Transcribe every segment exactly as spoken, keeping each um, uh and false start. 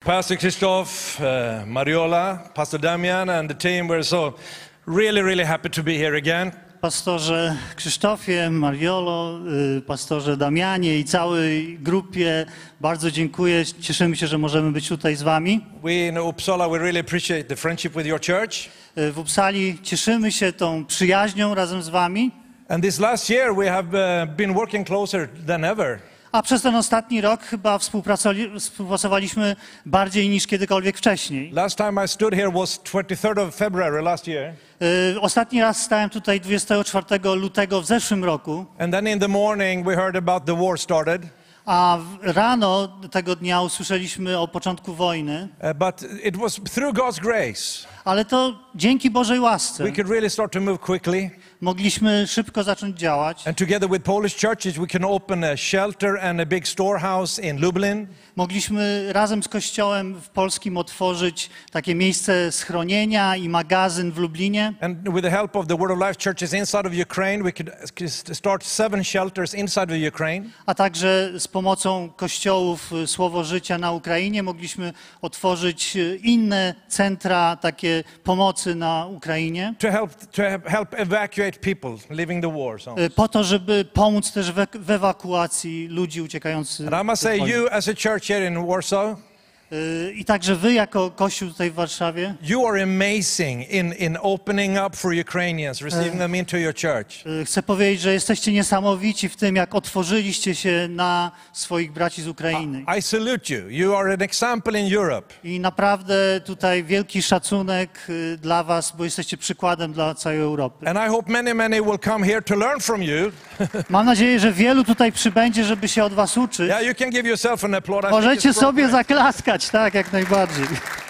Pastor Christoph, uh, Mariola, Pastor Damian and the team, we're so really, really happy to be here again. Pastorze Krzysztofie, Mariolo, pastorze Damianie i całej grupie bardzo dziękuję. Cieszymy się, że możemy być tutaj z wami. We in Uppsala, we really appreciate the friendship with your church. W Uppsali cieszymy się tą przyjaźnią razem z wami. And this last year we have uh, been working closer than ever. A przez ten ostatni rok chyba współpracowali, współpracowaliśmy bardziej niż kiedykolwiek wcześniej. Last time I stood here was twenty-third of February last year. Y, ostatni raz stałem tutaj dwudziestego czwartego lutego w zeszłym roku. And then in the morning we heard about the war started. A rano tego dnia usłyszeliśmy o początku wojny. Uh, but it was through God's grace. Ale to dzięki Bożej łasce We could really start to move quickly. mogliśmy szybko zacząć działać. And together with Polish churches we can open a shelter and a big storehouse in Lublin. Mogliśmy razem z Kościołem w Polskim otworzyć takie miejsce schronienia i magazyn w Lublinie. And with the help of the Word of Life churches inside of Ukraine, we could start seven shelters inside of Ukraine. A także z pomocą kościołów Słowo Życia na Ukrainie mogliśmy otworzyć inne centra takie pomocy na Ukrainie. To help to help evacuate people leaving the war zones. Po to, żeby pomóc też w ewakuacji ludzi uciekających. And I must say, you as a church here in Warsaw, I także wy jako Kościół tutaj w Warszawie, you are amazing in, in opening up for Ukrainians, receiving them into your church. chcę powiedzieć, że jesteście niesamowici w tym, jak otworzyliście się na swoich braci z Ukrainy. I salute you. You are an example in Europe. I naprawdę tutaj wielki szacunek dla was, bo jesteście przykładem dla całej Europy. And I hope many, many will come here to learn from you. Mam nadzieję, że wielu tutaj przybędzie, żeby się od was uczyć. Yeah, you can give yourself an applause. I think Możecie it's sobie appropriate. zaklaskać, tak, jak najbardziej.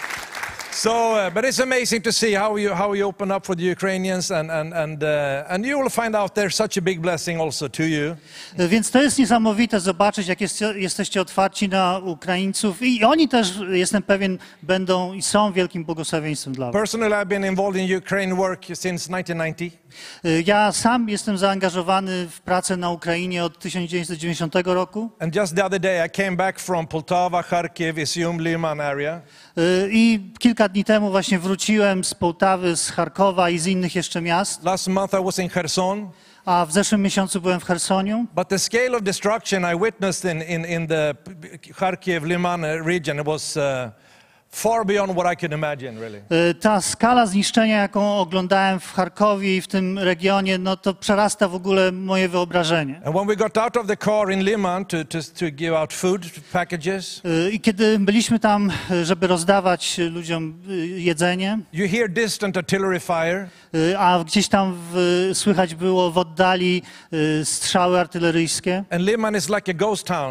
So, uh, but it's amazing to see how you how you open up for the Ukrainians, and and and uh, and you will find out there's such a big blessing also to you. Więc to jest niesamowite zobaczyć, jak jest, jesteście otwarci na Ukraińców i oni też, jestem pewien, będą i są wielkim błogosławieństwem dla was. Personally, I've been involved in Ukraine work since nineteen ninety. Ja sam jestem zaangażowany w pracę na Ukrainie od tysiąc dziewięćset dziewięćdziesiątego roku. And just the other day, I came back from Poltava, Kharkiv, Izium, Liman area. I kilka dni temu właśnie wróciłem z Połtawy, z Charkowa i z innych jeszcze miast. Last month, I was in Kherson. A w zeszłym miesiącu byłem w Chersoniu. But the scale of destruction I witnessed in in in the Kharkiv, Liman region, it was uh, far beyond what I could imagine, really. Ta skala zniszczenia, jaką oglądałem w Charkowie i w tym regionie, no to przerasta w ogóle moje wyobrażenie. And when we got out of the car in Liman to to to give out food packages, I kiedy byliśmy tam, żeby rozdawać ludziom jedzenie, you hear distant artillery fire. a gdzieś tam w, słychać było w oddali strzały artyleryjskie. And Liman is like a ghost town.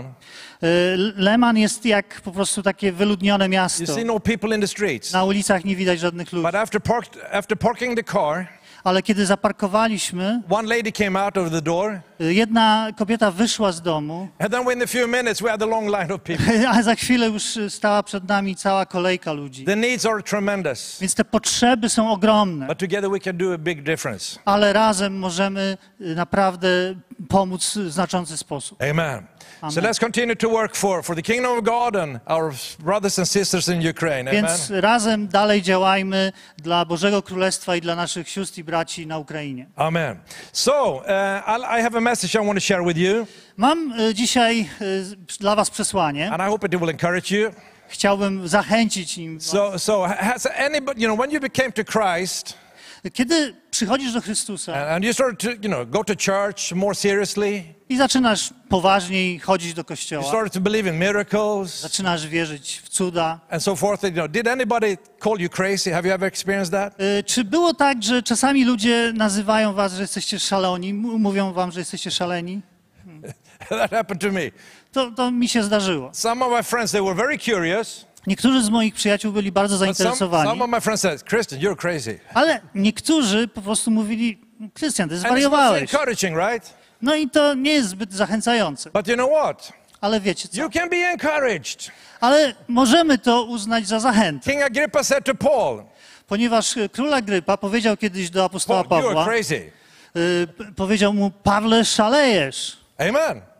Leman jest jak po prostu takie wyludnione miasto. You see no people in the streets. Na ulicach nie widać żadnych ludzi. But after parked, after parking the car, Ale kiedy zaparkowaliśmy, one lady came out of the door, jedna kobieta wyszła z domu, and then within a few minutes we had a long line of people. a za chwilę już stała przed nami cała kolejka ludzi. The needs are tremendous, Więc te potrzeby są ogromne, but together we can do a big difference. ale razem możemy naprawdę pomóc w znaczący sposób. Amen. Amen. So let's continue to work for, for the kingdom of God and our brothers and sisters in Ukraine. Amen. Więc razem dalej działajmy dla Bożego Królestwa i dla naszych sióstr i braci na Ukrainie. Amen. So uh, I'll, I have a message I want to share with you, Mam y, dzisiaj y, dla was przesłanie. and I hope it will encourage you. Chciałbym zachęcić nim. So, so has anybody, you know, when you became to Christ, Kiedy przychodzisz do Chrystusa and, and you started to, you know, go to church more seriously, i zaczynasz poważniej chodzić do you kościoła, started to believe in miracles zaczynasz wierzyć w cuda. and so forth, you know, did anybody call you crazy? Have you ever experienced that? Y, Czy było tak, że czasami ludzie nazywają was, że jesteście szaloni, m- mówią wam, że jesteście szaleni? That happened to me. To, to mi się zdarzyło. Some of my friends, they were very curious, Niektórzy z moich przyjaciół byli bardzo but some, zainteresowani, some of my friends said, Christian, you're crazy. ale niektórzy po prostu mówili, Krystian, ty And it's not zwariowałeś. encouraging, right? No i to nie jest zbyt zachęcające. But you know what? Ale wiecie co? You can be encouraged. Ale możemy to uznać za zachętę, King Agrippa said to Paul, ponieważ król Agrypa powiedział kiedyś do apostoła Paul, you are Pawła, crazy. y, p- powiedział mu, Pawle, szalejesz. Amen.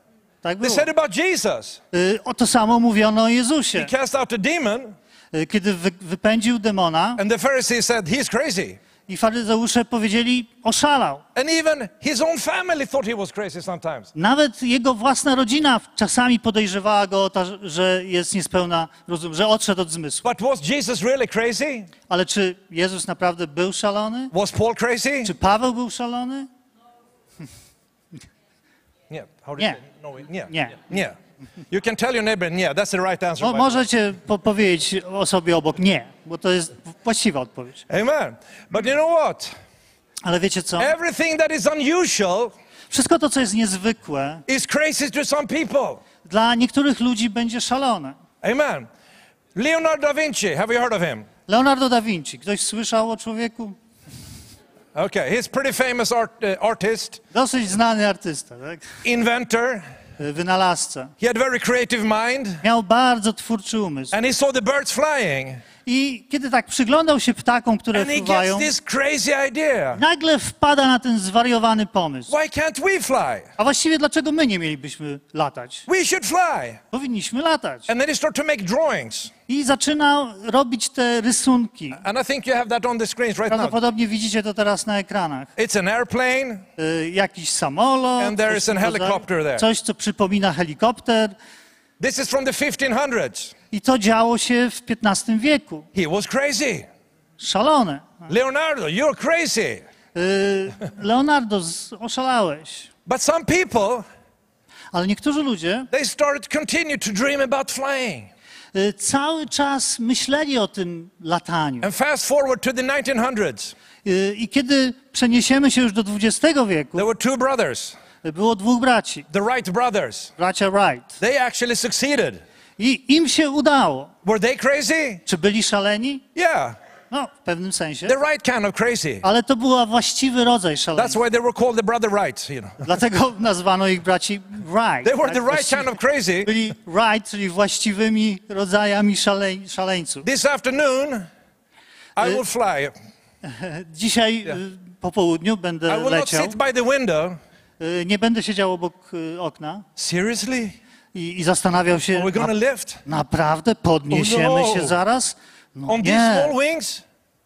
Tak They było. said about Jesus. Y, O to samo mówiono o Jezusie. He cast out a demon, Y, Kiedy wy, wypędził demona and the Pharisees said, he's crazy. i faryzeusze powiedzieli, oszalał. And even his own family thought he was crazy sometimes. Nawet jego własna rodzina czasami podejrzewała go o to, że jest niespełna rozum, że odszedł od zmysłu. But was Jesus really crazy? Ale czy Jezus naprawdę był szalony? Was Paul crazy? Czy Paweł był szalony? Yeah. How do you Nie. say? No, wait. Yeah. Nie. Yeah. You can tell your neighbor, yeah, that's the right answer. Mo- by the way. możecie po- powiedzieć osobie obok nie, bo to jest właściwa odpowiedź. Amen. But you know what? Ale wiecie co? Everything that is unusual Wszystko to, co jest niezwykłe, is crazy to some people. dla niektórych ludzi będzie szalone. Amen. Leonardo da Vinci, have you heard of him? Leonardo da Vinci. Ktoś słyszał o człowieku? Okay, he's pretty famous art, uh, artist, Dosyć znany artysta, tak? inventor. Wynalazca. He had a very creative mind, Miał bardzo twórczy umysł. and he saw the birds flying, I kiedy tak przyglądał się ptakom, które and he fruwają, gets this crazy idea. nagle wpada na ten zwariowany pomysł. Why can't we fly? A właściwie dlaczego my nie mielibyśmy latać? We should fly. Powinniśmy latać. And then he started to make drawings. I zaczyna robić te rysunki. And I think you have that on the screens right now. Prawdopodobnie widzicie to teraz na ekranach. It's an airplane, Y, jakiś samolot, And there coś is an w tym rodzaju, helicopter there. coś, co przypomina helikopter. this is from the fifteen hundreds. I to działo się w piętnastym wieku. He was crazy. Szalone. Leonardo, you're crazy. Y, Leonardo, z- oszalałeś. But some people, Ale niektórzy ludzie they started to continue to dream about flying. y, cały czas myśleli o tym lataniu. And fast forward to the nineteen hundreds. Y, I kiedy przeniesiemy się już do dwudziestego wieku, There were two brothers, y, było dwóch braci, the Wright brothers. bracia Wright. They actually succeeded. I im się udało. Were they crazy? Czy byli szaleni? Yeah, No, w pewnym sensie. the right kind of crazy. Ale to był właściwy rodzaj That's szaleństwa. why they were called the brother Wrights, you know. Dlatego nazwano ich braci Wright. They were tak? the right Właściwie kind of crazy. Byli Wright, czyli właściwymi rodzajami szale, szaleńców. This afternoon, I will fly. Dzisiaj y, po południu będę I will not leciał. sit by the window. Y, Nie będę siedział obok y, okna Seriously? i, i zastanawiał się, Are we going to na, lift? naprawdę podniesiemy Oh, no. się zaraz? No On these nie, small wings?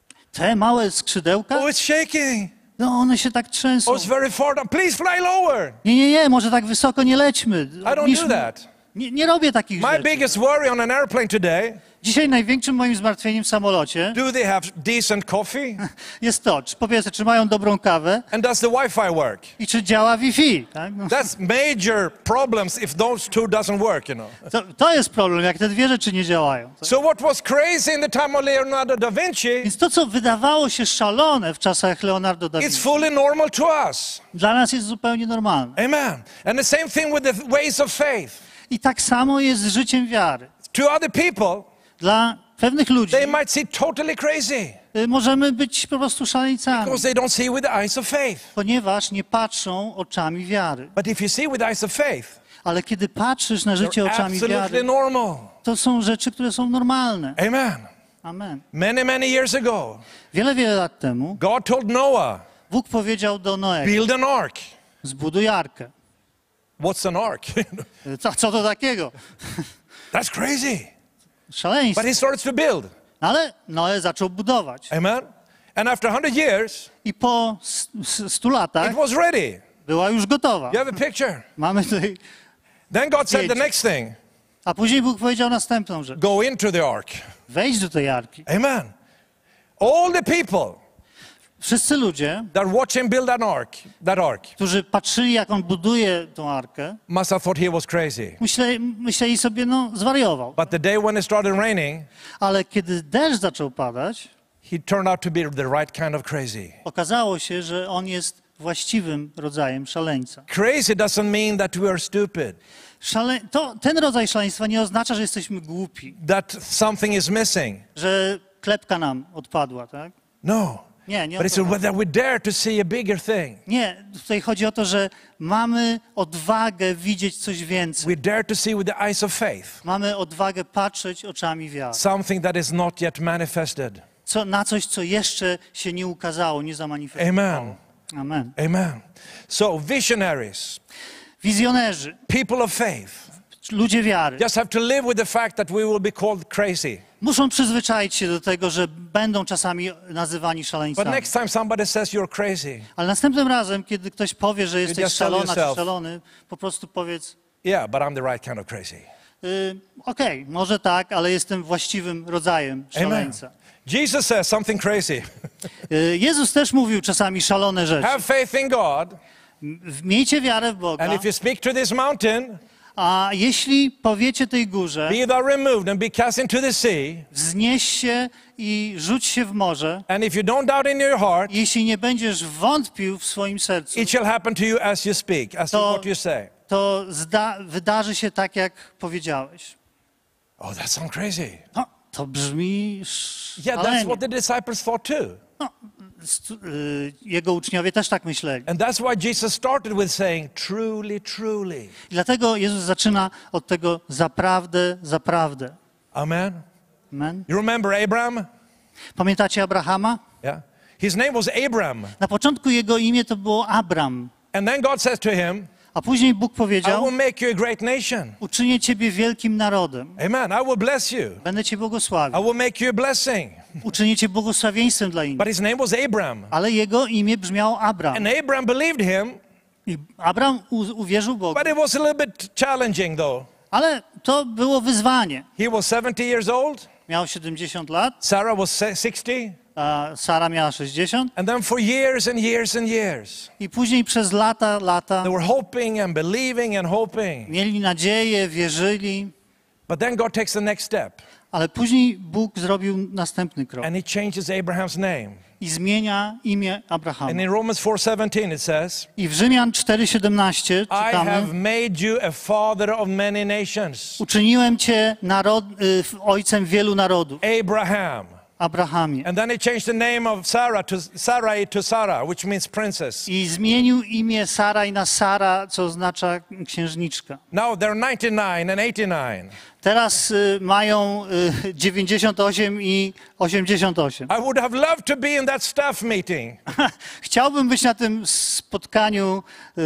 te małe skrzydełka, Oh, it's shaking. no one się tak trzęsą. Oh, it's very far down. Please fly lower. Nie, nie, nie, może tak wysoko nie lećmy. I don't Niż- do that. Nie, nie robię takich My rzeczy. biggest worry on an airplane today, Dzisiaj największym moim zmartwieniem w samolocie do they have decent coffee? jest to, czy, po pierwsze, czy mają dobrą kawę And does the Wi-Fi work? i czy działa Wi-Fi. Tak? No, That's major problems if those two doesn't work, you know. to, to jest problem, jak te dwie rzeczy nie działają. Tak? So what was crazy in the time of Leonardo da Vinci, Więc to, co wydawało się szalone w czasach Leonardo da it's Vinci, fully normal to us. dla nas jest zupełnie normalne. Amen. And the same thing with the ways of faith. I tak samo jest z życiem wiary. To other people, Dla pewnych ludzi they might see totally crazy y, możemy być po prostu szaleńcami, because they don't see with the eyes of faith. ponieważ nie patrzą oczami wiary. But if you see with the eyes of faith, Ale kiedy patrzysz na życie they're oczami absolutely wiary, normal. to są rzeczy, które są normalne. Amen. Amen. Many, many years ago, Wiele, wiele lat temu God told Noah, Bóg powiedział do Noego, build an ark. zbuduj arkę. What's an ark? Co, co to takiego? That's crazy. Szaleństwo. But he starts to build. Ale Noe zaczął budować. Amen. And after one hundred years, I po s- s- stu latach it was ready. była już gotowa. You have a picture. Mamy tutaj... Then God said the Zdjęcie. next thing. A później Bóg powiedział następną rzecz. Go into the ark. Wejdź do tej arki. Amen. All the people Wszyscy ludzie, that watch him build an ark, that ark, którzy patrzyli, jak on buduje tą arkę, must have thought he was crazy. myśleli, myśleli sobie, no, zwariował. But the day when it started raining, Ale kiedy deszcz zaczął padać, he turned out to be the right kind of crazy. okazało się, że on jest właściwym rodzajem szaleńca. Crazy doesn't mean that we are stupid, Szale... To, ten rodzaj szaleństwa nie oznacza, że jesteśmy głupi, that something is missing. że klepka nam odpadła, tak? No. Nie, nie o But to it's chodzi. whether we dare to see a bigger thing. Nie, tutaj chodzi o to, że mamy odwagę widzieć coś więcej. We dare to see with the eyes of faith Mamy odwagę patrzeć oczami wiary. something that is not yet manifested. Co, na coś, co jeszcze się nie ukazało, nie zamanifestowało. Amen. Amen. Amen. So, visionaries. Wizjonerzy, people of faith, ludzie wiary, just have to live with the fact that we will be called crazy. muszą przyzwyczaić się do tego, że będą czasami nazywani But szaleńcami. next time somebody says you're crazy, Ale następnym razem, kiedy ktoś powie, że jesteś just tell szalona czy yourself, szalony, po prostu powiedz, yeah, but I'm the right kind of crazy. y, okej, może tak, ale jestem właściwym rodzajem Amen. szaleńca. Jesus says something crazy. Y, Jezus też mówił czasami szalone rzeczy. Have faith in God, M- Miejcie wiarę w Boga, and if you speak to this mountain, a jeśli powiecie tej górze, be thou removed and be cast into the sea, wznieś się i rzuć się w morze, and if you don't doubt in your heart, jeśli nie będziesz wątpił w swoim sercu, it shall happen to you as you speak, as to To- what you say. to zda- wydarzy się tak, jak powiedziałeś. Oh, that sounds crazy. No, to brzmi Yeah, that's szalenie. what the disciples thought too. No, st- y, jego uczniowie też tak myśleli. And that's why Jesus started with saying, truly, truly. I dlatego Jezus zaczyna od tego zaprawdę, zaprawdę. Amen. Amen. You remember Abraham? Pamiętacie Abrahama? Yeah. His name was Abram. Na początku jego imię to było Abram, And then God says to him, a później Bóg I powiedział, will make you a great nation. uczynię ciebie wielkim narodem, Amen. I will bless you. będę cię I błogosławił, will make you a blessing. uczynię cię błogosławieństwem dla innych. But his name was Abram. Ale jego imię brzmiało Abram. And Abram believed him, I Abram u- uwierzył Bogu. but it was a little bit challenging though. Ale to było wyzwanie. He was seventy years old. Miał siedemdziesiąt lat, Sarah was se- sixty. a Sara miała sześćdziesiąt. And then for years and years and years, I później przez lata, lata they were hoping and believing and hoping. mieli nadzieję, wierzyli. But then God takes the next step Ale później Bóg zrobił następny krok and he changes Abraham's name. i zmienia imię And Abrahama. in Romans four seventeen it says, I w Rzymian cztery siedemnaście I have czytamy: made you a father of many nations. uczyniłem cię narod, y, ojcem wielu narodów, Abraham. Abrahamie. And then he changed the name of Sarah to Sarai to Sarah, which means princess. I zmienił imię Saraj na Sara, co oznacza księżniczka. Now they're ninety-nine and eighty-nine. Teraz y, mają y, dziewięćdziesiąt osiem i osiemdziesiąt osiem. I would have loved to be in that staff meeting. Chciałbym być na tym spotkaniu y,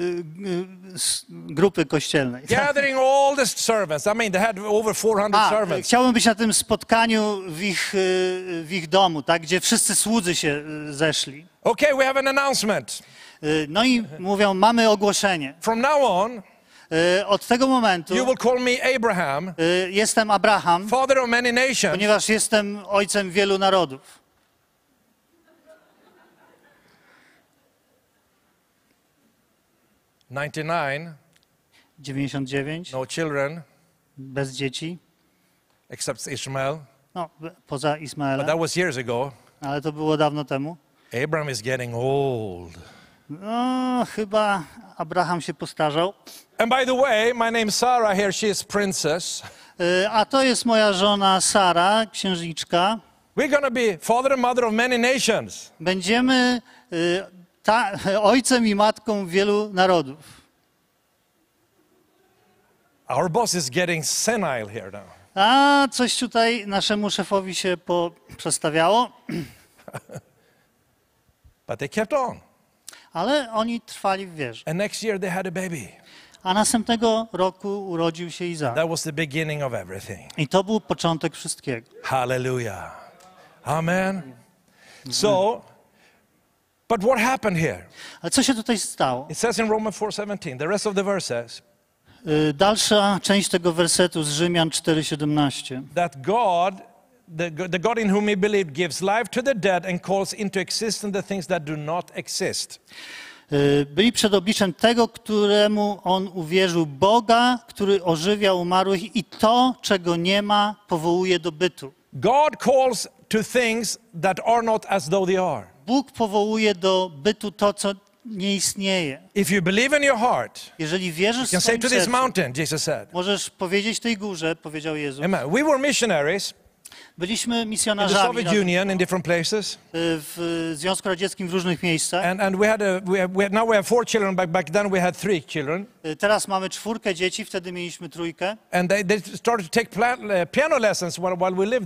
y, s- grupy kościelnej. Gathering all the servants. I mean, they had over four hundred A, servants. chciałbym być na tym spotkaniu w ich, y, w ich domu, tak, gdzie wszyscy słudzy się y, zeszli. Okay, we have an announcement. Y, No i mówią, mamy ogłoszenie. From now on, Y, Od tego momentu you will call me Abraham, y, jestem Abraham, father of many nations. ponieważ jestem ojcem wielu narodów. ninety-nine, dziewięćdziesiąt dziewięć, no children, bez dzieci, except Ishmael. no, poza But Ismaelem, that was years ago. ale to było dawno temu. Abraham is getting old. No, chyba Abraham się postarzał. And by the way, my name's Sarah here. She is princess. Y, A to jest moja żona Sara, księżniczka. We're going to be father and mother of many nations. Będziemy y, ta, ojcem i matką wielu narodów. Our boss is getting senile here now. A coś tutaj naszemu szefowi się poprzestawiało, But they kept on. ale oni trwali w wierze. And next year they had a baby. A następnego roku urodził się Izaak. That was the beginning of everything. I to był początek wszystkiego. Hallelujah. Amen. So, but what happened here? Ale co się tutaj stało? It says in Romans four seventeen, the rest of the verse says Y, Dalsza część tego wersetu z Rzymian cztery siedemnaście. that God, the, the God in whom he believed, gives life to the dead and calls into existence the things that do not exist. Y, Byli przed obliczem tego, któremu on uwierzył, Boga, który ożywia umarłych i to, czego nie ma, powołuje do bytu. God calls to things that are not as though they are. Bóg powołuje do bytu to, co nie istnieje. If you believe in your heart, Jeżeli wierzysz you can w say swoim to this sercu, mountain, Jesus said. możesz powiedzieć tej górze, powiedział Jezus. Amen. We were missionaries Byliśmy in the misjonarzami Soviet razem, Union in different places. y, w Związku Radzieckim w różnych miejscach. And, and we had a, we have, we had, now we have four children, but back then we had three children. Y, Teraz mamy czwórkę dzieci, wtedy mieliśmy trójkę. And they, they started to take pla- uh, piano lessons while, while we lived there.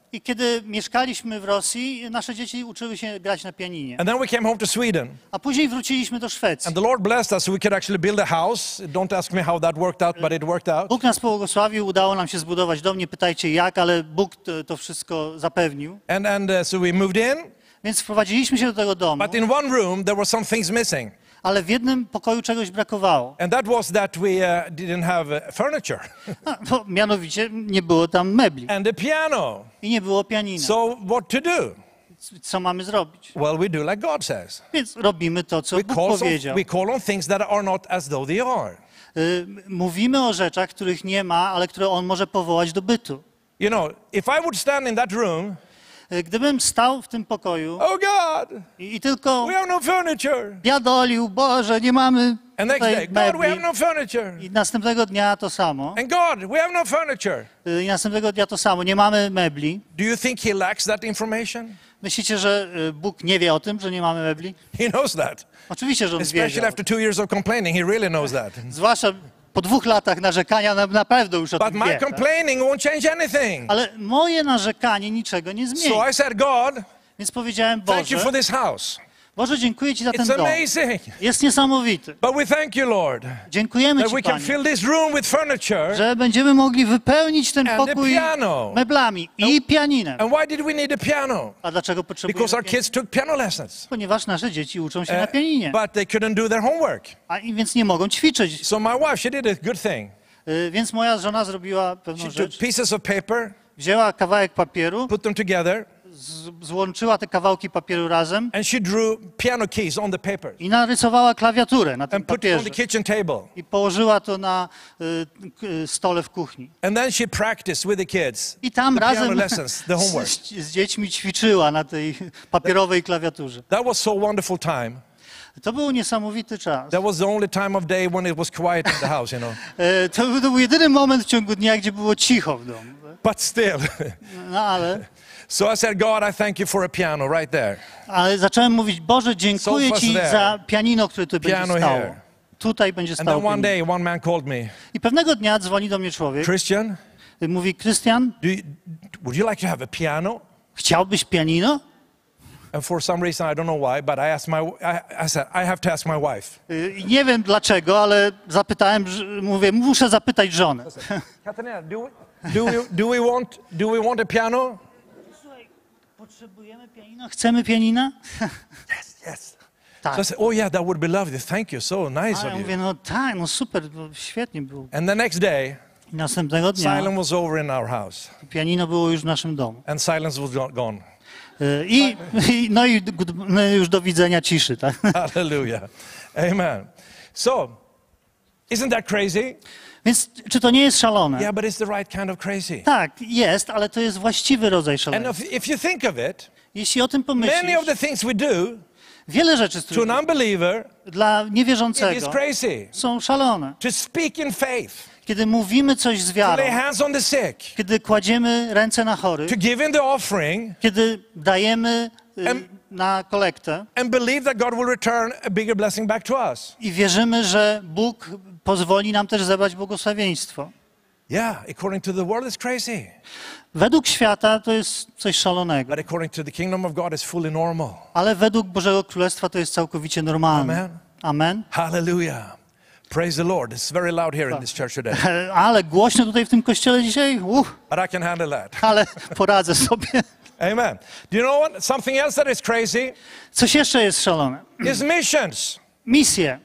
I kiedy mieszkaliśmy w Rosji, nasze dzieci uczyły się grać na pianinie. And then we came home to Sweden. A później wróciliśmy do Szwecji. And the Lord blessed us so we could actually build a house. Don't ask me how that worked out, but it worked out. Bóg nas pobłogosławił, udało nam się zbudować dom, nie pytajcie jak, ale Bóg to, to wszystko zapewnił. And, and uh, so we moved in, Więc wprowadziliśmy się do tego domu, but in one room there were some things missing. ale w jednym pokoju czegoś brakowało. And that was that we uh, didn't have uh, furniture A, bo mianowicie nie było tam mebli and a piano. i nie było pianina. So what to do? Co mamy zrobić? Well, we do like God says. Więc robimy to, co We Bóg call, on, powiedział. we call on things that are not as though they are. Y, Mówimy o rzeczach, których nie ma, ale które On może powołać do bytu. You know, if I would stand in that room, Y, Gdybym stał w tym pokoju oh God, i, i tylko we have no furniture. biadolił, Boże, nie mamy And next tutaj day, God, we have mebli. no furniture. I następnego dnia to samo. And God, we have no furniture. Y, I następnego dnia to samo. Nie mamy mebli. Do you think He lacks that information? Myślicie, że y, Bóg nie wie o tym, że nie mamy mebli? He knows that. Oczywiście, że On Especially wiedział. after two years of complaining, He really knows that. Zwłaszcza po dwóch latach narzekania na, na pewno już o But tym my wie. Tak? complaining won't change anything. Ale moje narzekanie niczego nie zmieni. So I said, God, Więc powiedziałem, thank you for Boże, this house. Boże, dziękuję Ci za ten It's dom. amazing. Jest niesamowity. But we thank you, Lord, Dziękujemy that Ci, we can Panie, fill this room with furniture. że będziemy mogli wypełnić ten And the pokój piano. meblami i pianinem. And why did we need a piano? A dlaczego Because potrzebujemy our pianina? kids took piano lessons. Ponieważ nasze dzieci uczą się Uh, na pianinie, but they couldn't do their homework. a i więc nie mogą ćwiczyć. So my wife, she did a good thing. Y, Więc moja żona zrobiła pewną She took rzecz. pieces of paper, Wzięła kawałek papieru, put them together, z- złączyła te kawałki papieru razem and she drew piano keys on the paper i narysowała klawiaturę na tym and put it on papierze. the kitchen table. I położyła to na y, k- y, stole w kuchni. And then she practiced with the kids. I tam The piano razem lessons, the homework. z, z dziećmi ćwiczyła na tej papierowej klawiaturze. That was so wonderful time. To był niesamowity czas. That was the only time of day when it was quiet in the house, you know. E, To, był- to był jedyny moment w ciągu dnia, gdzie było cicho w domu. But still. No ale, So I said, God, I thank you for a piano right there. ale zacząłem mówić, Boże, dziękuję Sofa's Ci there. za pianino, które tu Piano będzie stało. here. Tutaj będzie And stało then one pianino. day, one man called me, I pewnego dnia dzwoni do mnie człowiek, Christian, y, mówi, Krystian, do you, would you like to have a piano? chciałbyś pianino? And for some reason, I don't know why, but I asked my, I, I said, I have to ask my wife. Y, i Nie wiem dlaczego, ale zapytałem, że- mówię, muszę zapytać żonę. Katarina, do we, do we, do we want, do we want a piano? Słuchaj, potrzebujemy pianino? Chcemy pianina? Yes, yes. Tak. So I said, oh yeah, that would be lovely. Thank you, so nice A ja of mówię, you. no tak, no super, no świetnie było. And the next day, I następnego dnia silence was over in our house, pianino było już w naszym domu. and silence was go- gone. Y, I, i, no i good- no i już do widzenia ciszy, tak? Hallelujah. Amen. So, isn't that crazy? Więc czy to nie jest szalone? Yeah, but it's the right kind of crazy. Tak, jest, ale to jest właściwy rodzaj And szaleństwa. if, if you think of it, Jeśli o tym many of pomyślisz, the things we do wiele rzeczy, z to których an unbeliever, dla it is niewierzącego crazy. są szalone. To speak in faith, Kiedy mówimy coś z to wiarą, lay hands on the sick, kiedy kładziemy ręce na chorych, to give in the offering, kiedy dajemy y, Em- na kolektę and believe that God will return a bigger blessing back to us. i wierzymy, że Bóg pozwoli nam też zebrać błogosławieństwo. Yeah, according to the world, it's crazy. Według świata to jest coś szalonego, But according to the kingdom of God, it's fully normal. ale według Bożego Królestwa to jest całkowicie normalne. Amen. Amen. Hallelujah. Praise the Lord. It's very loud here in this church today, E, Ale głośno tutaj w tym kościele dzisiaj, uff, but I can handle that. ale poradzę sobie. Amen. Do you know what? Something else that is crazy Coś jeszcze jest szalone. is missions. Misje.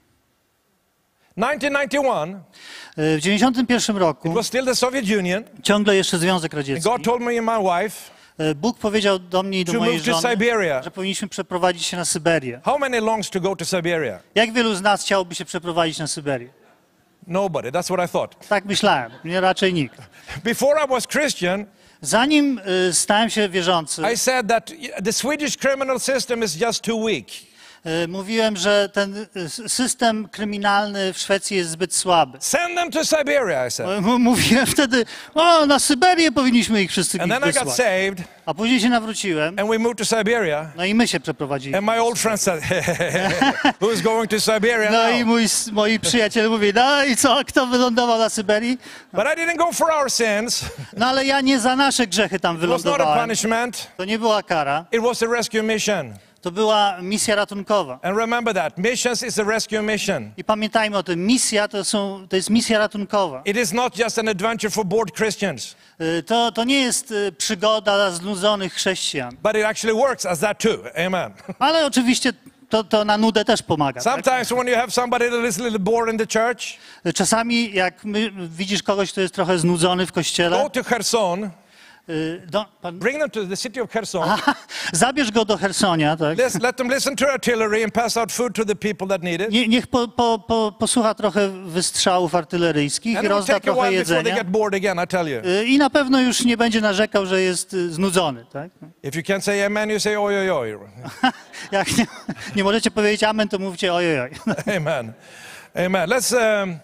nineteen ninety-one, E, W dziewięćdziesiątym pierwszym it roku, was still the Soviet Union. ciągle jeszcze Związek And Radziecki, God told me and my wife, e, Bóg powiedział do mnie i do to mojej move to żony, Siberia. że powinniśmy przeprowadzić się na Syberię. How many longs to go to Siberia? Jak wielu z nas chciałoby się przeprowadzić na Syberię? Nobody. That's what I thought. Tak myślałem, nie raczej nikt. Before I was Christian, Zanim e, stałem się wierzący, I said that the Swedish criminal system is just too weak. E, Mówiłem, że ten e, system kryminalny w Szwecji jest zbyt słaby. Send them to Siberia, I said. E, m- Mówiłem wtedy, o, na Syberię powinniśmy ich wszyscy And then I got wysłać. saved, A później się nawróciłem, and we moved to Siberia. no i my się przeprowadziliśmy. And my old friend said, who's going to Siberia No i now? mój, s- moi przyjaciele mówi, no i co, kto wylądował na Syberii? But I didn't go for our sins. No ale ja nie za nasze grzechy tam It was not a wylądowałem. punishment. To nie była kara, It was a rescue mission. to była misja ratunkowa. And remember that. Missions is a rescue mission. I pamiętajmy o tym, misja to, są, to jest misja ratunkowa. It is not just an adventure for bored Christians, Y, To, to nie jest y, przygoda znudzonych chrześcijan. but it actually works as that too. Amen. Ale oczywiście to, to na nudę też pomaga. Tak? Sometimes when you have somebody that is a little bored in the church, Czasami jak my, widzisz kogoś, kto jest trochę znudzony w kościele, go to Kherson, y, do, pan, bring them to the city of Kherson. Aha, zabierz go do Chersonia, tak? Let's let them listen to artillery and pass out food to the people that need it. Nie, niech po, po, po, posłucha trochę wystrzałów artyleryjskich And i it will rozda take a trochę while before they jedzenia. get bored again, I tell you. Y, I na pewno już nie będzie narzekał, że jest y, znudzony, tak? If you can't say amen, you say oi, oi, oi. Jak nie, nie możecie powiedzieć amen, to mówcie ojoj. Amen. Amen. Let's, um,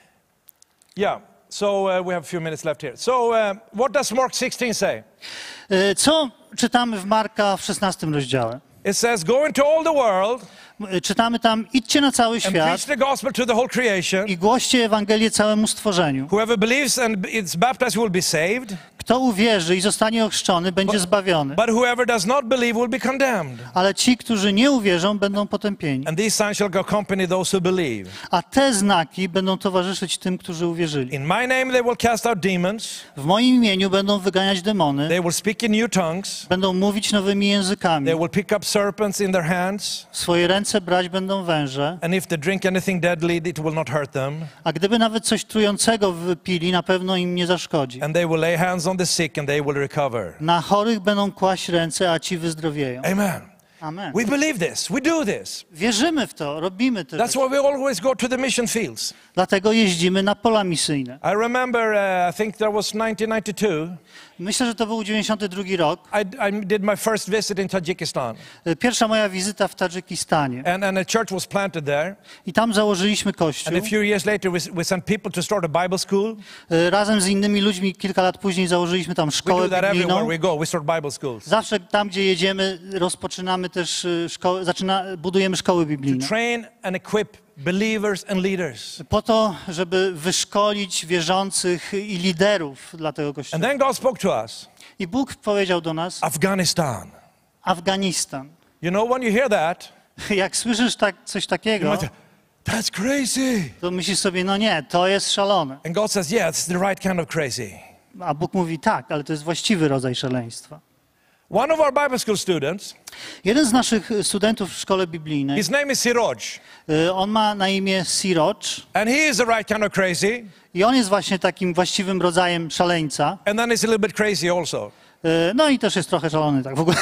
yeah. So uh, we have a few minutes left here. So uh, what does Mark sixteen say? Y, Co czytamy w Marka w szesnastym rozdziale? It says, go into all the world Y, Czytamy tam, idźcie na cały and świat preach the gospel to the whole creation. i głoście Ewangelię całemu stworzeniu. Whoever believes and is baptized will be saved, Kto uwierzy i zostanie ochrzczony, będzie zbawiony. but whoever does not believe will be condemned. Ale ci, którzy nie uwierzą, będą potępieni. And these signs shall accompany those who believe. A te znaki będą towarzyszyć tym, którzy uwierzyli. In my name they will cast out demons. W moim imieniu będą wyganiać demony, They will speak in new tongues. będą mówić nowymi językami. They will pick up serpents in their hands. W swoje ręce brać będą węże, And if they drink anything deadly, it will not hurt them. a gdyby nawet coś trującego wypili, na pewno im nie zaszkodzi. And they will lay hands on the sick and they will recover. Na chorych będą kłaść ręce, a ci wyzdrowieją. Amen. Amen. We believe this. We do this. Wierzymy w to, robimy to. That's why we always go to the mission fields. Dlatego jeździmy na pola misyjne. I remember, uh, I think that was nineteen ninety-two. Myślę, że to był dziewięćdziesiąty drugi rok. I, I did my first visit in Tajikistan. Pierwsza moja wizyta w Tadżykistanie. And, and a church was planted there. I tam założyliśmy kościół. And a few years later, we, we sent people to start a Bible school. Razem z innymi ludźmi kilka lat później założyliśmy tam We do szkołę that everywhere biblijną. we go. We start Bible schools. Zawsze tam, gdzie jedziemy, rozpoczynamy też y, szkoły, zaczyna, budujemy szkoły biblijne. Train and equip believers and leaders. Po to, żeby wyszkolić wierzących i liderów dla tego And kościoła. then God spoke to us. I Bóg powiedział do nas, Afghanistan. Afganistan. You know, when you hear that, Jak słyszysz tak, coś you takiego, might say, that's crazy. to myślisz sobie, no nie, to jest szalone. And God says, yeah, it's the right kind of crazy. A Bóg mówi, tak, ale to jest właściwy rodzaj szaleństwa. One of our Bible school students, Jeden z naszych studentów w szkole biblijnej, his name is Siraj. y, on ma na imię Siraj And he is the right kind of crazy. i on jest właśnie takim właściwym rodzajem szaleńca. And then he's a little bit crazy also. Y, No i też jest trochę szalony, tak w ogóle.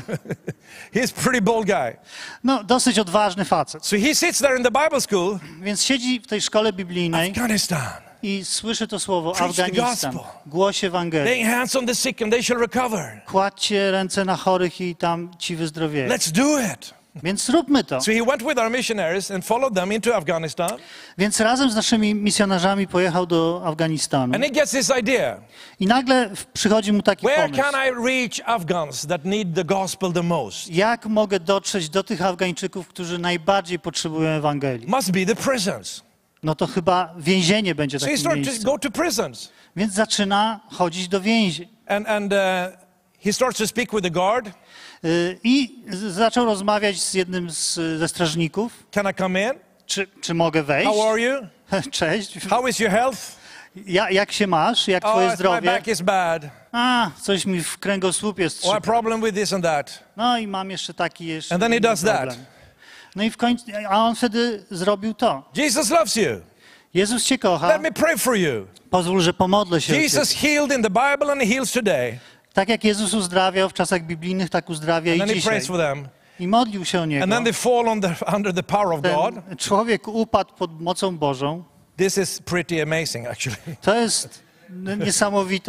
He's a pretty bold guy. No, dosyć odważny facet. So he sits there in the Bible school, Więc siedzi w tej szkole biblijnej Afghanistan, i słyszy to słowo Preach the Afganistan. gospel. Głoś Ewangelii. laying hands on the sick and they shall recover. Kładźcie ręce na chorych i tam ci wyzdrowieją. Let's do it. Więc zróbmy to. So he went with our missionaries and followed them into Afghanistan. Więc razem z naszymi misjonarzami pojechał do Afganistanu. And he gets this idea. I nagle w- przychodzi mu taki Where pomysł. can I reach Afghans that need the gospel the most? Jak mogę dotrzeć do tych Afgańczyków, którzy najbardziej potrzebują Ewangelii? Must be the prisons. No to chyba więzienie będzie So he takim started to miejscem. go to prisons. Więc zaczyna chodzić do więzień. And, and uh, he starts to speak with the guard. Y, I z- zaczął rozmawiać z jednym z, ze strażników. Can I come in? Czy, czy mogę wejść? How are you? Cześć. How is your health? Ja, jak się masz? Jak Oh, twoje my zdrowie? back is bad. A, coś mi w kręgosłupie Oh, a strzyka. problem with this and that. No i mam jeszcze taki jeszcze And then he inny does that. problem. No i w końcu, a on wtedy zrobił to. Jesus loves you. Jezus cię kocha, Let me pray for you. pozwól, że pomodlę się o Jesus ciebie. healed in the Bible and he heals today. Tak jak Jezus uzdrawiał w czasach biblijnych, tak uzdrawia And i then he dzisiaj. prays for them. I modlił się o niego. And then they fall on the, under the power of God. Ten człowiek upadł pod mocą Bożą. This is pretty amazing, actually. To jest n- niesamowite.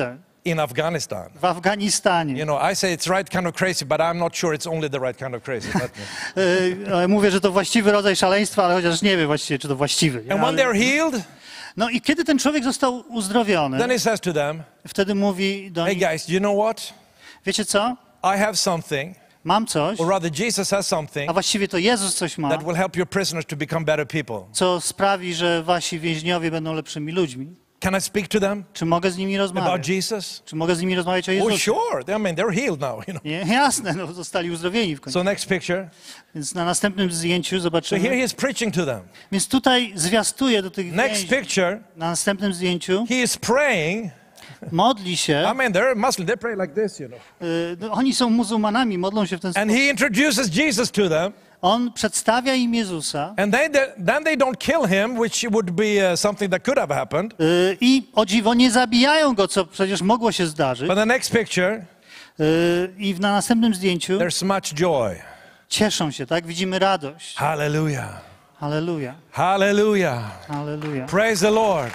in Afghanistan. w Afganistanie. You know, I say it's right kind of crazy, but I'm not sure it's only the right kind of crazy. But, E, Mówię, że to właściwy rodzaj szaleństwa, ale chociaż nie wiem właściwie, czy to właściwy. nie? and when Ale- they're healed, No i kiedy ten człowiek został uzdrowiony, then he says to them, wtedy mówi do hey nich, guys, you know what? wiecie co, I have something, mam coś, or rather Jesus has something a właściwie to Jezus coś ma, that will help your prisoners to become better people. co sprawi, że wasi więźniowie będą lepszymi ludźmi. Can I speak to them Czy mogę z nimi about rozmawiać? Jesus? Czy mogę z nimi rozmawiać o Oh, Jezusie? sure. I mean, they're healed now, you know. Nie, jasne, no, zostali uzdrowieni w końcu. So next picture. Więc na następnym zdjęciu So here zobaczymy. he is preaching to them. Więc tutaj zwiastuje do tych Next więźniów. picture, Na następnym zdjęciu he is praying. modli się. I mean, they're Muslim. They pray like this, you know. y, no, Oni są muzułmanami, modlą się w ten And sposób. he introduces Jesus to them. On przedstawia im Jezusa And they, then they don't kill him, which would be uh, something that could have happened. y, i o dziwo nie zabijają go, co przecież mogło się zdarzyć. But the next picture, Y, I na następnym zdjęciu there's much joy. cieszą się, tak? Widzimy radość. Hallelujah. Halleluja, Hallelujah. halleluja. Praise the Lord.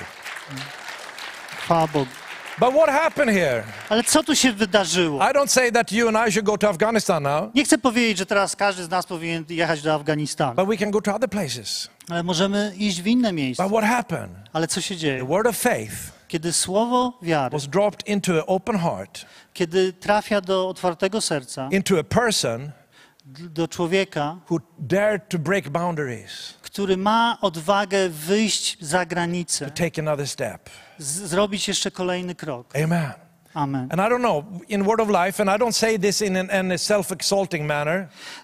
Chwała Bogu. But what happened here? Ale co tu się wydarzyło? I don't say that you and I should go to Afghanistan now, Nie chcę powiedzieć, że teraz każdy z nas powinien jechać do Afganistanu, but we can go to other places. ale możemy iść w inne miejsca. But what happened? Ale co się The dzieje? word of faith Kiedy słowo wiary, was dropped into an open heart, kiedy trafia do otwartego serca, into a person d- do człowieka, who dared to break boundaries, który ma odwagę wyjść za granicę, take another step. z- zrobić jeszcze kolejny krok. Amen. Amen. And I don't know, in Word of Life, and I don't say this in, an, in a self-exalting manner, Y,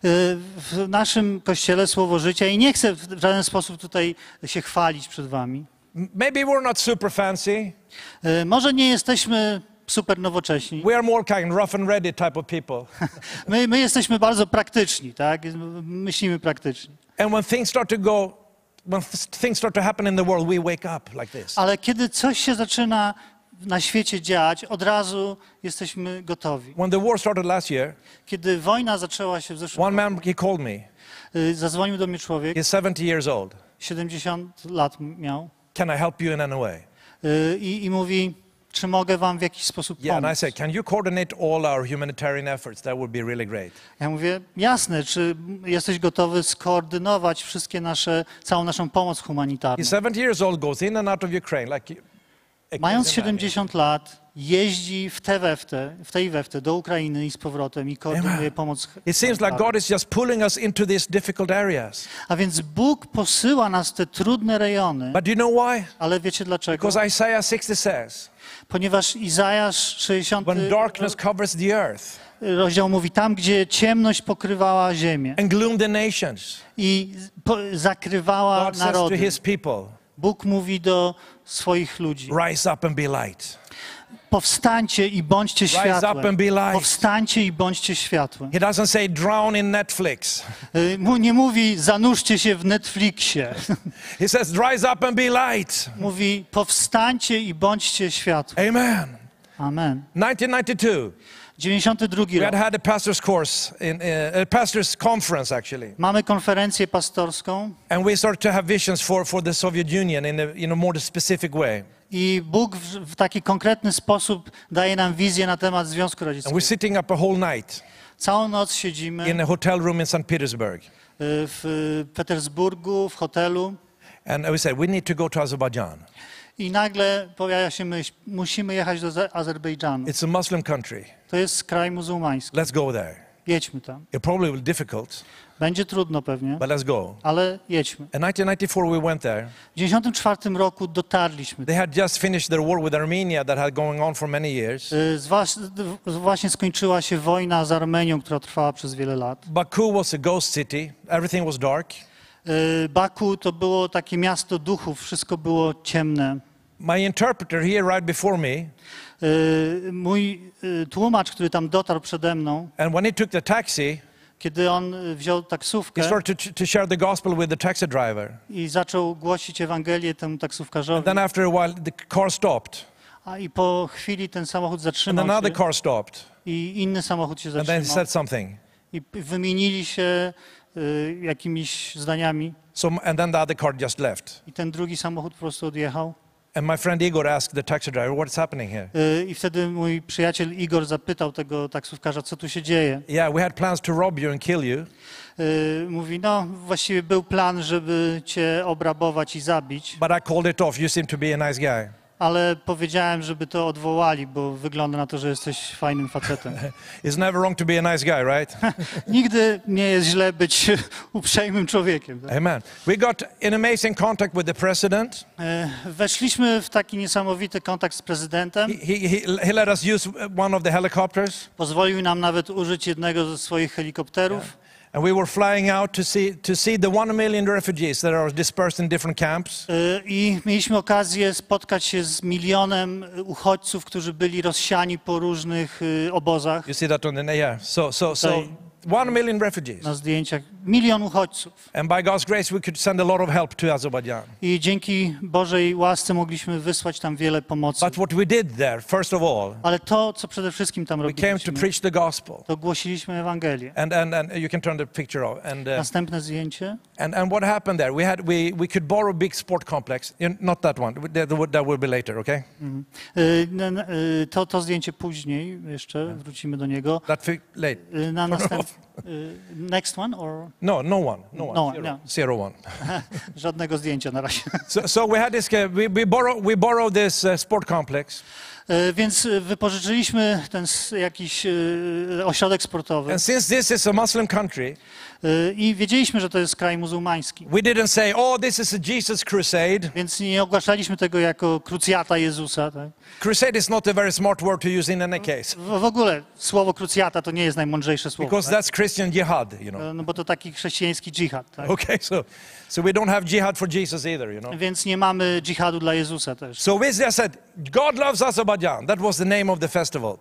W naszym Kościele Słowo Życia, i nie chcę w żaden sposób tutaj się chwalić przed wami, m- maybe we're not super fancy. y, może nie jesteśmy super nowocześni, We are more kind of rough and ready type of people. my, my jesteśmy bardzo praktyczni, tak? Myślimy praktycznie. And when things start to go, when th- things start to happen in the world, we wake up like this. Ale kiedy coś się zaczyna na świecie dziać, od razu jesteśmy gotowi. When the war started last year, Kiedy wojna zaczęła się w zeszłym one man, he called me. roku, zadzwonił do mnie człowiek, He's seventy years old. siedemdziesiąt lat miał, Can I help you in any way? y, i, i mówi, czy mogę wam w jakiś sposób Yeah, and I pomóc? said, can you coordinate all our humanitarian efforts? That would be really great. Ja mówię, jasne, czy jesteś gotowy skoordynować wszystkie nasze, całą naszą pomoc humanitarną? He's seventy years old, goes in and out of Ukraine like a Mając crazy man. siedemdziesiąt lat, jeździ w tę we w tę, w tej we w tę, do Ukrainy i z powrotem i koordynuje Amen. pomoc. It seems like God is just pulling us into these difficult areas. A więc Bóg posyła nas w te trudne rejony, But do you know why? ale wiecie dlaczego? Because Isaiah sixty says, Ponieważ Izajasz sześćdziesiąty when darkness covers the earth rozdział mówi, tam gdzie ciemność pokrywała ziemię and gloom the nations, i po, zakrywała God says to narody, his people, Bóg mówi do swoich ludzi, rise up and be light. powstańcie i bądźcie Rise up and światłem. be light. Powstańcie i bądźcie światłem. He doesn't say drown in Netflix. Y, mu- Nie mówi, zanurzcie się w Netflixie. He says rise up and be light. Mówi, powstańcie i bądźcie światłem. Amen. Amen. nineteen ninety-two, dziewięćdziesiąty drugi we had rok. had a pastor's course, in, uh, a pastor's conference actually. Mamy konferencję pastorską And we started to have visions for, for the Soviet Union in a, in a more specific way. i Bóg w, w taki konkretny sposób daje nam wizję na temat Związku And Radzieckiego. we're sitting up a whole night Całą noc siedzimy in a hotel room in Saint Petersburg. y, w Petersburgu, w hotelu And we said, we need to go to Azerbaijan. i nagle pojawia się myśl, musimy jechać do Aze- Azerbejdżanu. It's a Muslim country. To jest kraj muzułmański. Let's go there. Jedźmy tam. It probably will be difficult, Będzie trudno pewnie, but let's go. ale jedźmy. In nineteen ninety-four, we went there. W dziewięćdziesiątym czwartym roku dotarliśmy. They had just finished their war with Armenia that had going on for many years. Y, zwaś- d- Właśnie skończyła się wojna z Armenią, która trwała przez wiele lat. Baku was a ghost city. Everything was dark. Y, Baku to było takie miasto duchów, wszystko było ciemne. My interpreter, he arrived before me, Y, Mój y, tłumacz, który tam dotarł przede mną, and when he took the taxi, kiedy on y, wziął he taksówkę started to, to share the gospel with the taxi driver. i zaczął głosić Ewangelię temu taksówkarzowi, Then after a while, the car stopped, a i po chwili ten samochód and zatrzymał another się car stopped, i inny samochód się and then he zatrzymał said something. i p- wymienili się y, jakimiś zdaniami So, and then the other car just left. i ten drugi samochód po prostu odjechał. And my friend Igor asked the taxi driver, what's happening here? I wtedy mój przyjaciel Igor zapytał tego taksówkarza, co tu się dzieje. Yeah, we had plans to rob you and kill you. Mówi, no właściwie był plan, żeby cię obrabować i zabić. But I called it off. You seem to be a nice guy. Ale powiedziałem, żeby to odwołali, bo wygląda na to, że jesteś fajnym facetem. It's never wrong to be a nice guy, right? Nigdy nie jest źle być uprzejmym człowiekiem. Tak? Amen. We got an amazing contact with the president. Weszliśmy w taki niesamowity kontakt z prezydentem. He, he, he let us use one of the helicopters. Pozwolił nam nawet użyć jednego ze swoich helikopterów. Yeah. And we were flying out to see, to see the one million refugees that are dispersed in different camps. I mieliśmy okazję spotkać się z milionem uchodźców, którzy byli rozsiani po różnych obozach. You see that on the, yeah. So, so, so one million refugees. Na zdjęciach. Milion uchodźców. And by God's grace we could send a lot of help to Azerbaijan. I dzięki Bożej łasce mogliśmy wysłać tam wiele pomocy. But what we did there, first of all, ale to, co przede wszystkim tam we came to robiliśmy, preach the gospel. to głosiliśmy Ewangelię. And, and, and you can turn the picture off. And, uh, Następne zdjęcie. And, and what happened there? We, had, we, we could borrow a big sport complex. Not that one. That, that will be later, okay? Mhm. Y, to, to zdjęcie później, jeszcze wrócimy do niego. That late. Y, na następ... Next one or? No, no one. No one. No, Zero, no. Zero one. Żadnego zdjęcia na razie. So, so we had this, we, we, borrow, we borrowed this uh, sport complex. Więc wypożyczyliśmy ten jakiś ośrodek sportowy. And since this is a Muslim country, i wiedzieliśmy, że to jest kraj muzułmański. We didn't say, oh, this is a Jesus crusade. Więc nie ogłaszaliśmy tego jako krucjata Jezusa. Tak? Crusade is not a very smart word to use in any case. W, w ogóle słowo krucjata to nie jest najmądrzejsze słowo. Because tak? that's Christian jihad, you know. No bo to taki chrześcijański dżihad. Tak? Okay, so, so we don't have jihad for Jesus either, you know. Więc nie mamy dżihadu dla Jezusa też. So we just said, God loves Azerbaijan. That was the name of the festival.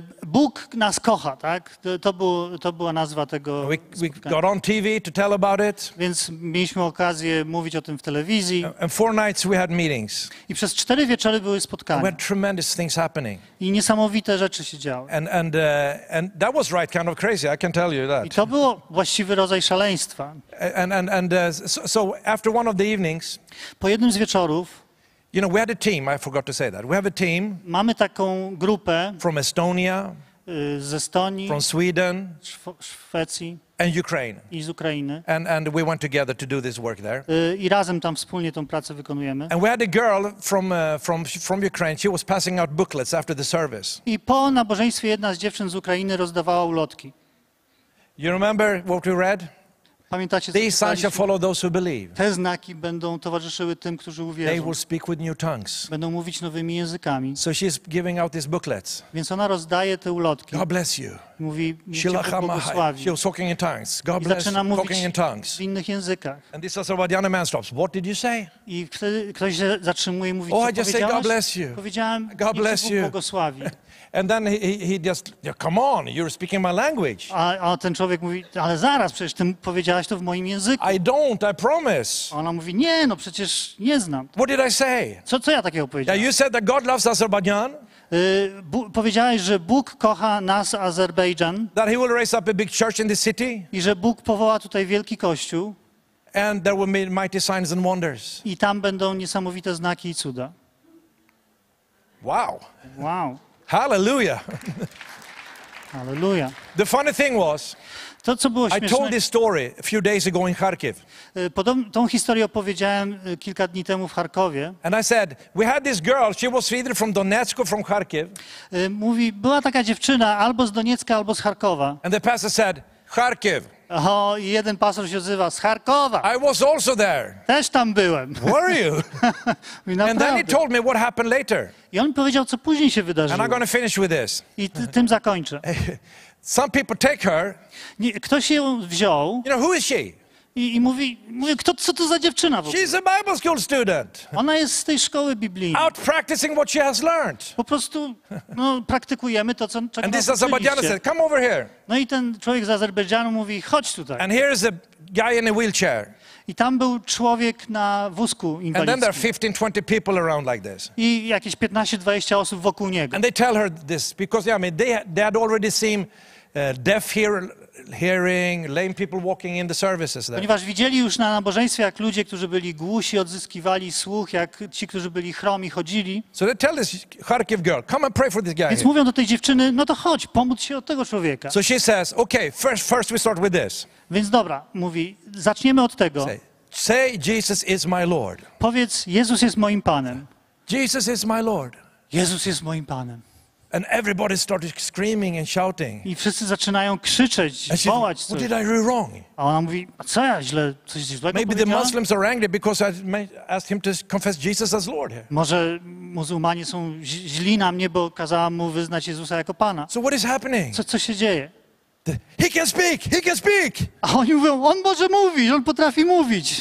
Bóg nas kocha, tak? To, to, było, to była nazwa tego We, we got on T V to tell about it. Więc mieliśmy okazję mówić o tym w telewizji. And four nights we had meetings. I przez cztery wieczory były spotkania. We had tremendous things happening. I niesamowite rzeczy się działy. And, and, uh, and that was right kind of crazy, I can tell you that. I to było właściwy rodzaj szaleństwa. And, and, and uh, so, so after one of the evenings, po jednym z wieczorów, you know, we had a team, I forgot to say that. We have a team. Mamy taką grupę from Estonia, z Estonii, from Sweden, Szw Szwecji and Ukraine. I z Ukrainy. And, and we went together to do this work there. I razem tam wspólnie tą pracę wykonujemy. And we had a girl from, uh, from, from Ukraine. She was passing out booklets after the service. I po nabożeństwie jedna z dziewczyn z Ukrainy rozdawała ulotki. You remember what we read? Pamiętacie, co These signs shall follow those who believe. Te znaki będą towarzyszyły tym, którzy uwierzą. They will speak with new tongues. Będą mówić nowymi językami. So she's giving out these booklets. Więc ona rozdaje te ulotki. God bless you. Mówi, niech Cię Bóg błogosławi. She was talking in tongues. God I bless zaczyna you. mówić Talking in tongues. w innych językach. And this Azerbaijani man stops. What did you say? I wtedy ktoś się zatrzymuje i mówi, Oh, co I just say God bless you. Powiedziałem, God bless niech Cię Bóg you. błogosławi. And then he, he just, come on, you're speaking my language. A, a ten człowiek mówi, ale zaraz, przecież ty powiedziałaś to w moim języku. I don't, I promise. A ona mówi, nie, no przecież nie znam. What did I say? Co, co ja takiego powiedziałem? Yeah, you said that God loves Azerbaijan. Y, bu, powiedziałeś, że Bóg kocha nas, Azerbejdżan. That he will raise up a big church in the city. I że Bóg powoła tutaj wielki kościół. And there will be mighty signs and wonders. I tam będą niesamowite znaki i cuda. Wow. Wow. Hallelujah. Hallelujah. The funny thing was, to, co było I told this story a few days ago in Kharkiv. Podobną tą historię opowiedziałem kilka dni temu w Charkowie. And I said, we had this girl, she was either from Donetsk or from Kharkiv. Mówi, była taka dziewczyna albo z Doniecka, albo z Charkowa. And the pastor said, Kharkiv. O, i jeden pastor się odzywa, z Charkowa. I was also there. Też tam byłem. Were you? And then he told me what happened later. I on mi powiedział, co później się wydarzyło. And I'm going to finish with this. I ty, tym zakończę. Some people take her. Nie, ktoś ją wziął. You know, who is she? I, i mówi, mówi, kto, co to za dziewczyna w ogóle? She's a Bible school student. Ona jest z tej szkoły biblijnej. Out practicing what she has learned. Po prostu no, praktykujemy to, co, czego And this nas Azerbaijani said, come over here. No i ten człowiek z Azerbejdżanu mówi, chodź tutaj. And here is a guy in a wheelchair. I tam był człowiek na wózku And then there are inwalidzkim. fifteen, twenty people around like this. I jakieś piętnaście dwadzieścia osób wokół niego. And they tell her this because, yeah, I mean, they, they had already seen uh, deaf here hearing, lame people walking in the services there. Ponieważ widzieli już na nabożeństwie, jak ludzie, którzy byli głusi, odzyskiwali słuch, jak ci, którzy byli chromi, chodzili. So they tell this Kharkiv girl, come and pray for this guy Więc here. mówią do tej dziewczyny, no to chodź, pomódl się od tego człowieka. So she says, okay, first, first we start with this. Więc dobra, mówi, zaczniemy od tego. Say, say, Jesus is my Lord. Powiedz, Jezus jest moim Panem. Jesus is my Lord. Jezus jest moim Panem. And everybody started screaming and shouting. I wszyscy zaczynają krzyczeć, And she, wołać what coś. did I do wrong? A ona mówi, a co ja źle, coś złego Maybe the powiedziałam? Muslims are angry because I ma- asked him to confess Jesus as Lord here. Może muzułmanie są ź- źli na mnie, bo kazałam mu wyznać Jezusa jako Pana. So what is happening? Co, co się dzieje? The- he can speak, he can speak. A oni mówią, on może mówić, on potrafi mówić.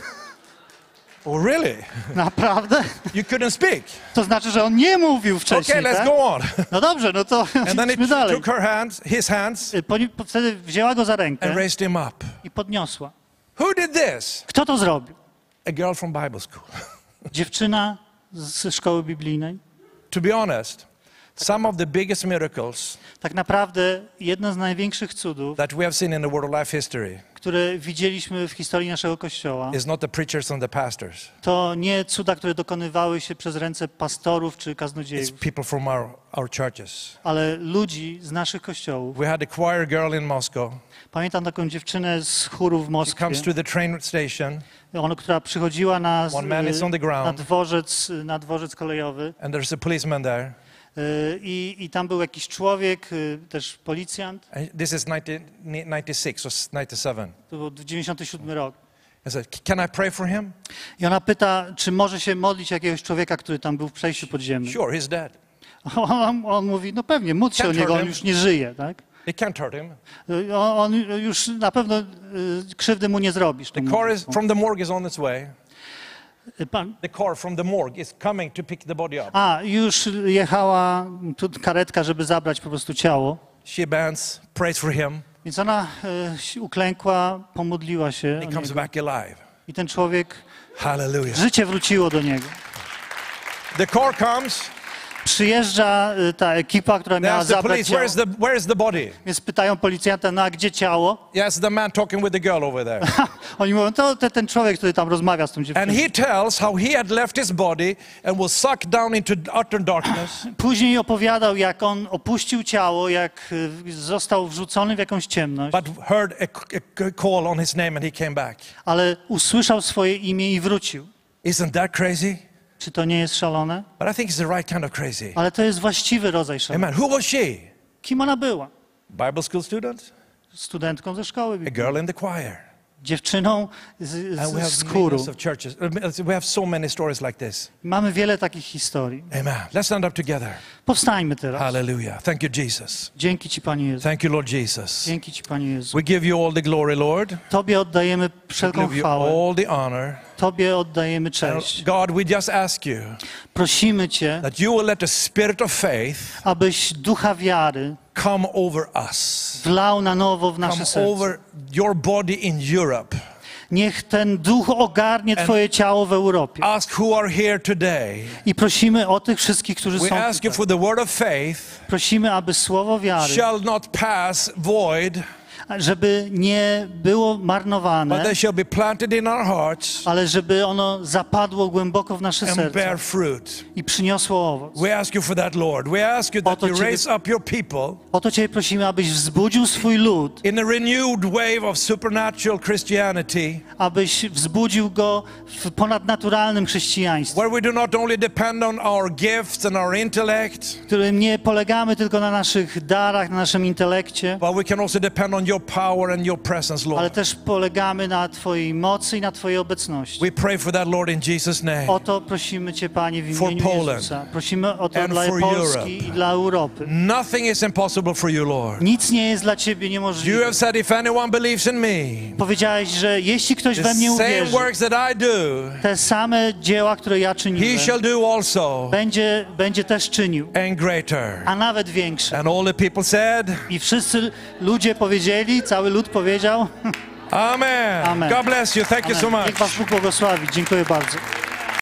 Oh, really? Naprawdę? You couldn't speak? To znaczy, że on nie mówił wcześniej, Okay, let's tak? go on. No dobrze, no to And then he idźmy dalej. took her hands, his hands, Po, po, wtedy wzięła go za rękę and raised him up. i podniosła. Who did this? Kto to zrobił? A girl from Bible school. Dziewczyna ze szkoły biblijnej. To be honest, some of the biggest miracles Tak naprawdę jedno z największych cudów, that we have seen in the world of life history które widzieliśmy w historii naszego Kościoła, is not the preachers and the pastors. to nie cuda, które dokonywały się przez ręce pastorów czy It's kaznodziejów, people from our, our churches. ale ludzi z naszych kościołów. We had a choir girl in Moscow. Pamiętam taką dziewczynę z chóru w She Moskwie, comes to the train station, ona, która przychodziła na, One man is on the ground. na, dworzec, na dworzec kolejowy and there's a policeman there. y, i, i tam był jakiś człowiek, y, też policjant, And this is nineteen ninety-six or ninety-seven. to był dziewięćdziesiąty siódmy rok. I said, can I pray for him? I ona pyta, czy może się modlić jakiegoś człowieka, który tam był w przejściu podziemnym. Sure, he's dead. On, on mówi, no pewnie, módl się Can't o niego, hurt on him. już nie żyje, tak? It can't hurt him. Y, On, on już na pewno y, krzywdy mu nie zrobisz. The tą car is modlitwą. from the morgue is on its way. Y, Pan, The car from the morgue is coming to pick the body up. a, już jechała tu karetka, żeby zabrać po prostu ciało. She bends, prays for him. Więc ona y, uklękła, pomodliła się He o comes niego. back alive. I ten człowiek, Hallelujah. życie wróciło do niego. The car comes. Przyjeżdża y, ta ekipa, która They miała ask the zabrać police, ciało, where's the, where's the body? więc pytają policjanta, no a gdzie ciało? Yes, the man talking with the girl over there. Oni mówią, to te, ten człowiek, który tam rozmawia z tą And dziewczyną. he tells how he had left his body and was sucked down into utter darkness. Później opowiadał, jak on opuścił ciało, jak y, został wrzucony w jakąś ciemność, but heard a, a call on his name and he came back. ale usłyszał swoje imię i wrócił. Isn't that crazy? Czy to nie jest szalone? But I think it's the right kind of crazy. Ale to jest właściwy rodzaj szalenia. Amen. Who was she? Kim ona była? Bible school student? Studentką ze szkoły A biblijnej. girl in the choir. Dziewczyną z, And we z, have z chóru. millions of churches. We have so many stories like this. Mamy wiele takich historii. Amen. Let's stand up together. Powstańmy teraz. Hallelujah. Thank you, Jesus. Dzięki Ci, Panie Jezu. Thank you, Lord Jesus. Dzięki Ci, Panie Jezu. We give you all the glory, Lord. Tobie oddajemy We wszelką give you chwałę. all the honor. Tobie oddajemy And cześć. God, we just ask you Prosimy Cię, that you will let the spirit of faith abyś ducha wiary come over us. wlał na nowo w nasze Come serce. over your body in Europe. Niech ten duch ogarnie Twoje ciało w Europie. Ask who are here today. I prosimy o tych wszystkich, którzy We są ask you tutaj. for the word of faith Prosimy, aby słowo wiary, shall not pass void, żeby nie było but marnowane, they shall be planted in our hearts ale żeby ono zapadło głęboko w nasze and serce bear fruit. i przyniosło owoc. We ask you for that, Lord. We ask you that Oto you Ciebie- raise up your people O to Cię prosimy, abyś wzbudził swój lud, in a renewed wave of supernatural Christianity, abyś wzbudził go w ponadnaturalnym chrześcijaństwie, where we do not only depend on our gifts and our intellect, w którym nie polegamy tylko na naszych darach, na naszym intelekcie, but we can also depend on your power and your presence, ale Lord. też polegamy na Twojej mocy i na Twojej obecności. We pray for that, Lord, in Jesus' name. O to prosimy Cię, Panie, w For imieniu Poland. Jezusa. Prosimy o to And dla for Polski Europe. i dla Europy. Nothing is impossible for you, Lord. Nic nie jest dla Ciebie You niemożliwe. have said, if anyone believes in me, Powiedziałeś, że jeśli ktoś we mnie the same uwierzy, works that I do, te same dzieła, które ja he czyniłem, shall do also, będzie, będzie też czynił, and greater. a nawet większe. And all the people said, I wszyscy ludzie powiedzieli, cały lud powiedział, Amen. Amen. God bless you. Thank you so Amen. much. Niech Was Bóg błogosławi. Dziękuję bardzo.